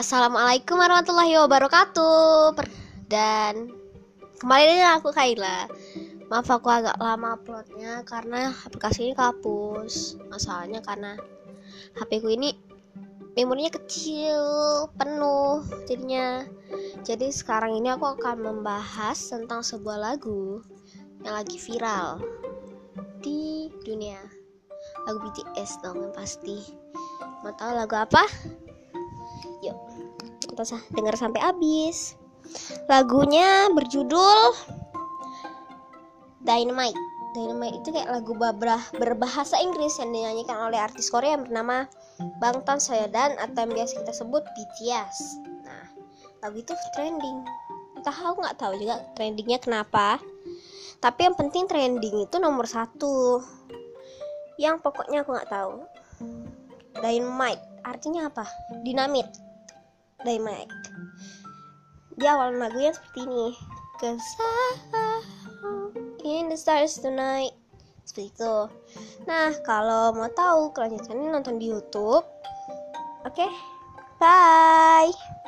Assalamualaikum warahmatullahi wabarakatuh. Dan kembali dengan aku Kaila. Maaf aku agak lama uploadnya karena aplikasi ini kapus. Masalahnya karena HP ku ini memorinya kecil, penuh jadinya. Jadi sekarang ini aku akan membahas tentang sebuah lagu yang lagi viral di dunia. Lagu BTS dong yang pasti. Mau tahu lagu apa? Yuk, kita dengar sampai habis. Lagunya berjudul Dynamite. Dynamite itu kayak lagu berbahasa Inggris yang dinyanyikan oleh artis Korea yang bernama Bangtan Soyeon atau yang biasa kita sebut BTS. Nah, lagu itu trending. Nggak tahu juga trendingnya kenapa. Tapi yang penting trending itu nomor 1. Yang pokoknya aku nggak tahu. Dynamite artinya apa? Dinamit. Dynamite. Di awal lagunya seperti ini. Cause in the stars tonight. Seperti itu. Nah, kalau mau tahu kelanjutannya nonton di YouTube. Oke. Bye.